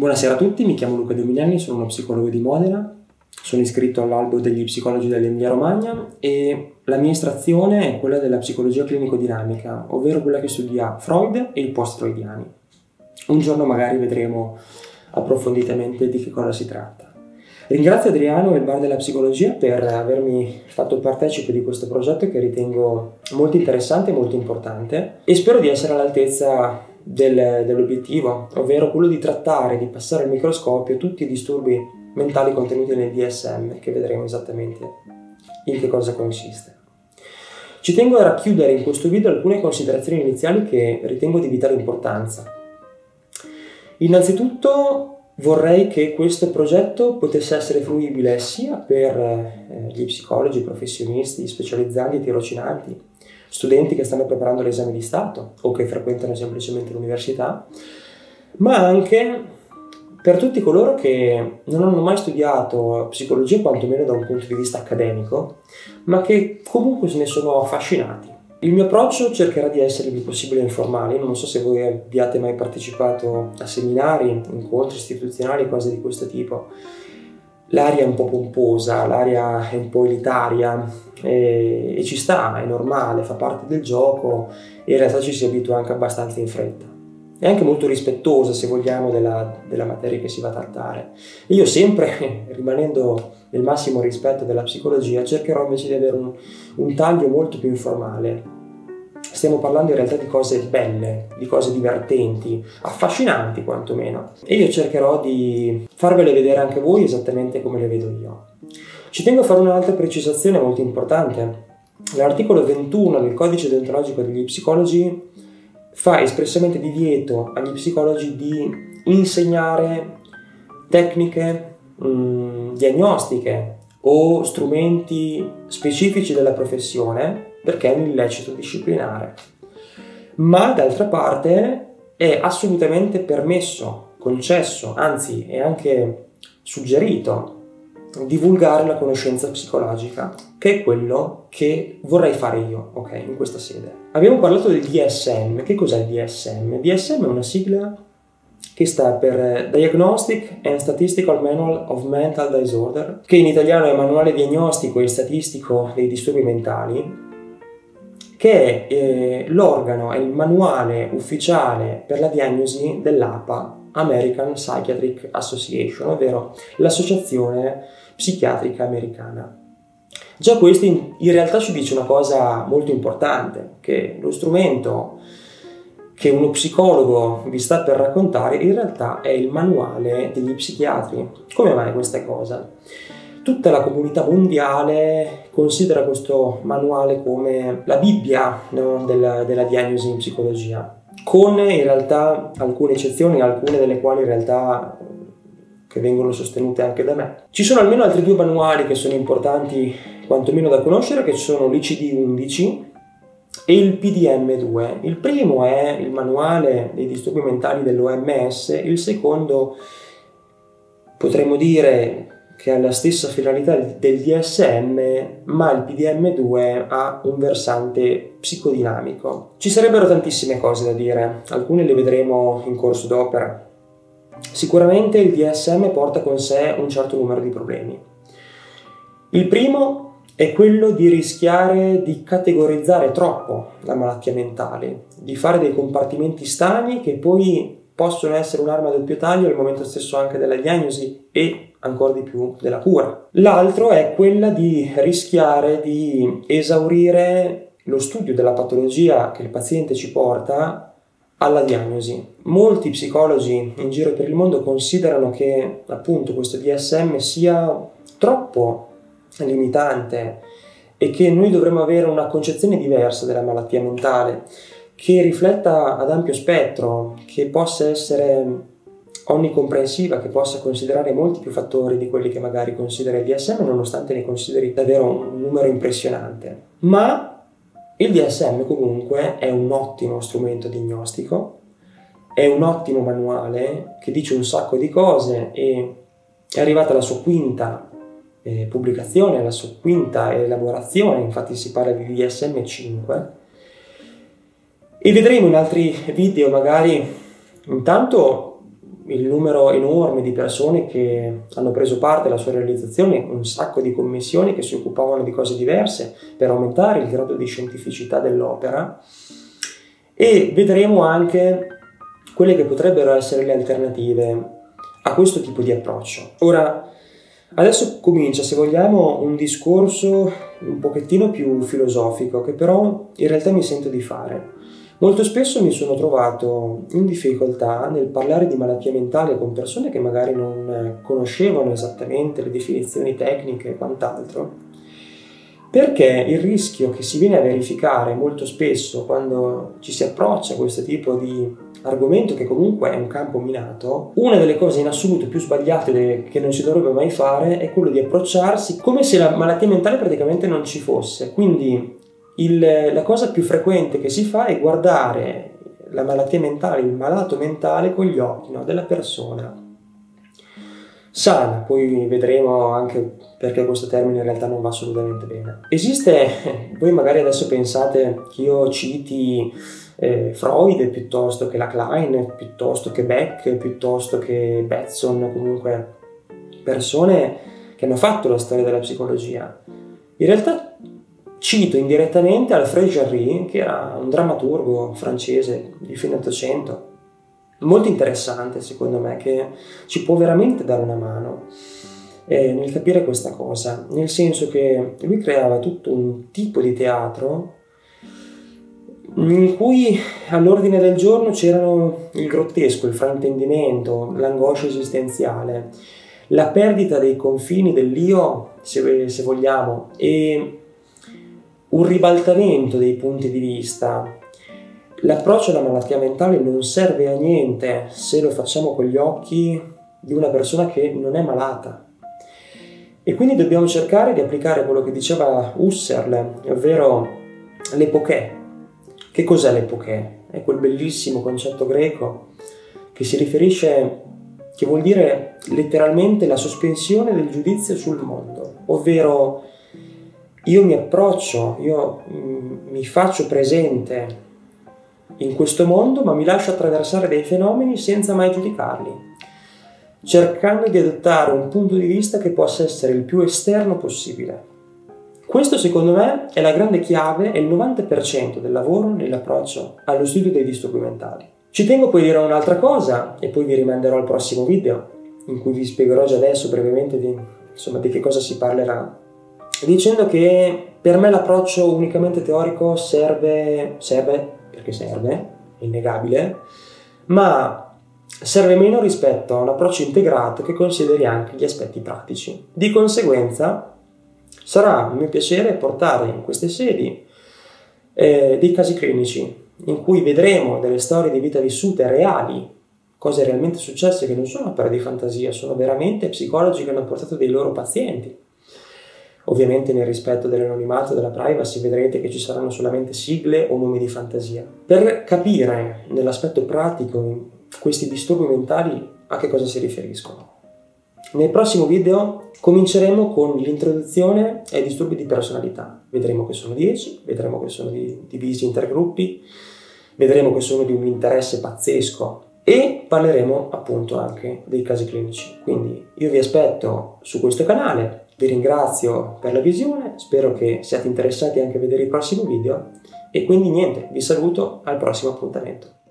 Buonasera a tutti, mi chiamo Luca Dominiani, sono uno psicologo di Modena, sono iscritto all'albo degli psicologi dell'Emilia Romagna e la mia estrazione è quella della psicologia clinico-dinamica, ovvero quella che studia Freud e i post-freudiani. Un giorno magari vedremo approfonditamente di che cosa si tratta. Ringrazio Adriano e il Bar della Psicologia per avermi fatto partecipe di questo progetto che ritengo molto interessante e molto importante e spero di essere all'altezza dell'obiettivo, ovvero quello di trattare, di passare al microscopio tutti i disturbi mentali contenuti nel DSM, che vedremo esattamente in che cosa consiste. Ci tengo a racchiudere in questo video alcune considerazioni iniziali che ritengo di vitale importanza. Innanzitutto vorrei che questo progetto potesse essere fruibile sia per gli psicologi, professionisti, specializzandi e tirocinanti, studenti che stanno preparando l'esame di Stato o che frequentano semplicemente l'università, ma anche per tutti coloro che non hanno mai studiato psicologia, quantomeno da un punto di vista accademico, ma che comunque se ne sono affascinati. Il mio approccio cercherà di essere il più possibile informale. Non so se voi abbiate mai partecipato a seminari, incontri istituzionali, cose di questo tipo. L'aria è un po' pomposa, l'aria è un po' elitaria e ci sta, è normale, fa parte del gioco e in realtà ci si abitua anche abbastanza in fretta. È anche molto rispettosa, se vogliamo, della materia che si va a trattare. E io sempre, rimanendo nel massimo rispetto della psicologia, cercherò invece di avere un taglio molto più informale. Stiamo parlando in realtà di cose belle, di cose divertenti, affascinanti quantomeno. E io cercherò di farvele vedere anche voi esattamente come le vedo io. Ci tengo a fare un'altra precisazione molto importante. L'articolo 21 del Codice deontologico degli psicologi fa espressamente divieto agli psicologi di insegnare tecniche diagnostiche o strumenti specifici della professione perché è un illecito disciplinare. Ma d'altra parte è assolutamente permesso, concesso, anzi è anche suggerito divulgare la conoscenza psicologica, che è quello che vorrei fare io, ok, in questa sede. Abbiamo parlato del DSM. Che cos'è il DSM? Il DSM è una sigla che sta per Diagnostic and Statistical Manual of Mental Disorder, che in italiano è Manuale Diagnostico e Statistico dei Disturbi Mentali, che è l'organo, è il manuale ufficiale per la diagnosi dell'APA, American Psychiatric Association, ovvero l'associazione psichiatrica americana. Già questo in realtà ci dice una cosa molto importante, che lo strumento che uno psicologo vi sta per raccontare in realtà è il manuale degli psichiatri. Come mai questa cosa? Tutta la comunità mondiale considera questo manuale come la Bibbia, no, della diagnosi in psicologia, con in realtà alcune eccezioni, alcune delle quali in realtà che vengono sostenute anche da me. Ci sono almeno altri due manuali che sono importanti quantomeno da conoscere, che sono l'ICD-11 e il PDM-2. Il primo è il manuale dei disturbi mentali dell'OMS, il secondo potremmo dire che ha la stessa finalità del DSM, ma il PDM-2 ha un versante psicodinamico. Ci sarebbero tantissime cose da dire, alcune le vedremo in corso d'opera. Sicuramente il DSM porta con sé un certo numero di problemi. Il primo è quello di rischiare di categorizzare troppo la malattia mentale, di fare dei compartimenti stagni che poi possono essere un'arma a doppio taglio al momento stesso anche della diagnosi e ancora di più della cura. L'altro è quella di rischiare di esaurire lo studio della patologia che il paziente ci porta alla diagnosi. Molti psicologi in giro per il mondo considerano che appunto questo DSM sia troppo limitante e che noi dovremmo avere una concezione diversa della malattia mentale, che rifletta ad ampio spettro, che possa essere onnicomprensiva, che possa considerare molti più fattori di quelli che magari considera il DSM, nonostante ne consideri davvero un numero impressionante. Ma il DSM comunque è un ottimo strumento diagnostico, è un ottimo manuale che dice un sacco di cose e è arrivata la sua quinta pubblicazione, la sua quinta elaborazione, infatti si parla di DSM-5 e vedremo in altri video magari intanto il numero enorme di persone che hanno preso parte alla sua realizzazione, un sacco di commissioni che si occupavano di cose diverse per aumentare il grado di scientificità dell'opera, e vedremo anche quelle che potrebbero essere le alternative a questo tipo di approccio. Ora, adesso comincia, se vogliamo, un discorso un pochettino più filosofico, che però in realtà mi sento di fare. Molto spesso mi sono trovato in difficoltà nel parlare di malattia mentale con persone che magari non conoscevano esattamente le definizioni tecniche e quant'altro, perché il rischio che si viene a verificare molto spesso quando ci si approccia a questo tipo di argomento, che comunque è un campo minato, una delle cose in assoluto più sbagliate che non si dovrebbe mai fare è quello di approcciarsi come se la malattia mentale praticamente non ci fosse. Quindi la cosa più frequente che si fa è guardare la malattia mentale, il malato mentale, con gli occhi, no, della persona sana. Poi vedremo anche perché questo termine in realtà non va assolutamente bene. Voi magari adesso pensate che io citi Freud piuttosto che la Klein, piuttosto che Beck, piuttosto che Batson, comunque persone che hanno fatto la storia della psicologia. In realtà cito indirettamente Alfred Jarry, che era un drammaturgo francese di fine Ottocento, molto interessante secondo me, che ci può veramente dare una mano nel capire questa cosa, nel senso che lui creava tutto un tipo di teatro in cui all'ordine del giorno c'erano il grottesco, il fraintendimento, l'angoscia esistenziale, la perdita dei confini dell'io, se vogliamo, e un ribaltamento dei punti di vista. L'approccio alla malattia mentale non serve a niente se lo facciamo con gli occhi di una persona che non è malata. E quindi dobbiamo cercare di applicare quello che diceva Husserl, ovvero l'epoché. Che cos'è l'epoché? È quel bellissimo concetto greco che si riferisce, che vuol dire letteralmente la sospensione del giudizio sul mondo, ovvero io mi approccio, io mi faccio presente in questo mondo, ma mi lascio attraversare dai fenomeni senza mai giudicarli, cercando di adottare un punto di vista che possa essere il più esterno possibile. Questo secondo me è la grande chiave e il 90% del lavoro nell'approccio allo studio dei disturbi mentali. Ci tengo poi a dire un'altra cosa e poi vi rimanderò al prossimo video in cui vi spiegherò già adesso brevemente di che cosa si parlerà, dicendo che per me l'approccio unicamente teorico serve perché serve, è innegabile, ma serve meno rispetto a un approccio integrato che consideri anche gli aspetti pratici. Di conseguenza sarà un mio piacere portare in queste sedi dei casi clinici in cui vedremo delle storie di vita vissute reali, cose realmente successe che non sono opere di fantasia, sono veramente psicologi che hanno portato dei loro pazienti. Ovviamente nel rispetto dell'anonimato e della privacy vedrete che ci saranno solamente sigle o nomi di fantasia. Per capire nell'aspetto pratico questi disturbi mentali a che cosa si riferiscono. Nel prossimo video cominceremo con l'introduzione ai disturbi di personalità. Vedremo che sono 10, vedremo che sono divisi in 3 gruppi, vedremo che sono di un interesse pazzesco e parleremo appunto anche dei casi clinici. Quindi io vi aspetto su questo canale. Vi ringrazio per la visione, spero che siate interessati anche a vedere i prossimi video e quindi niente, vi saluto al prossimo appuntamento.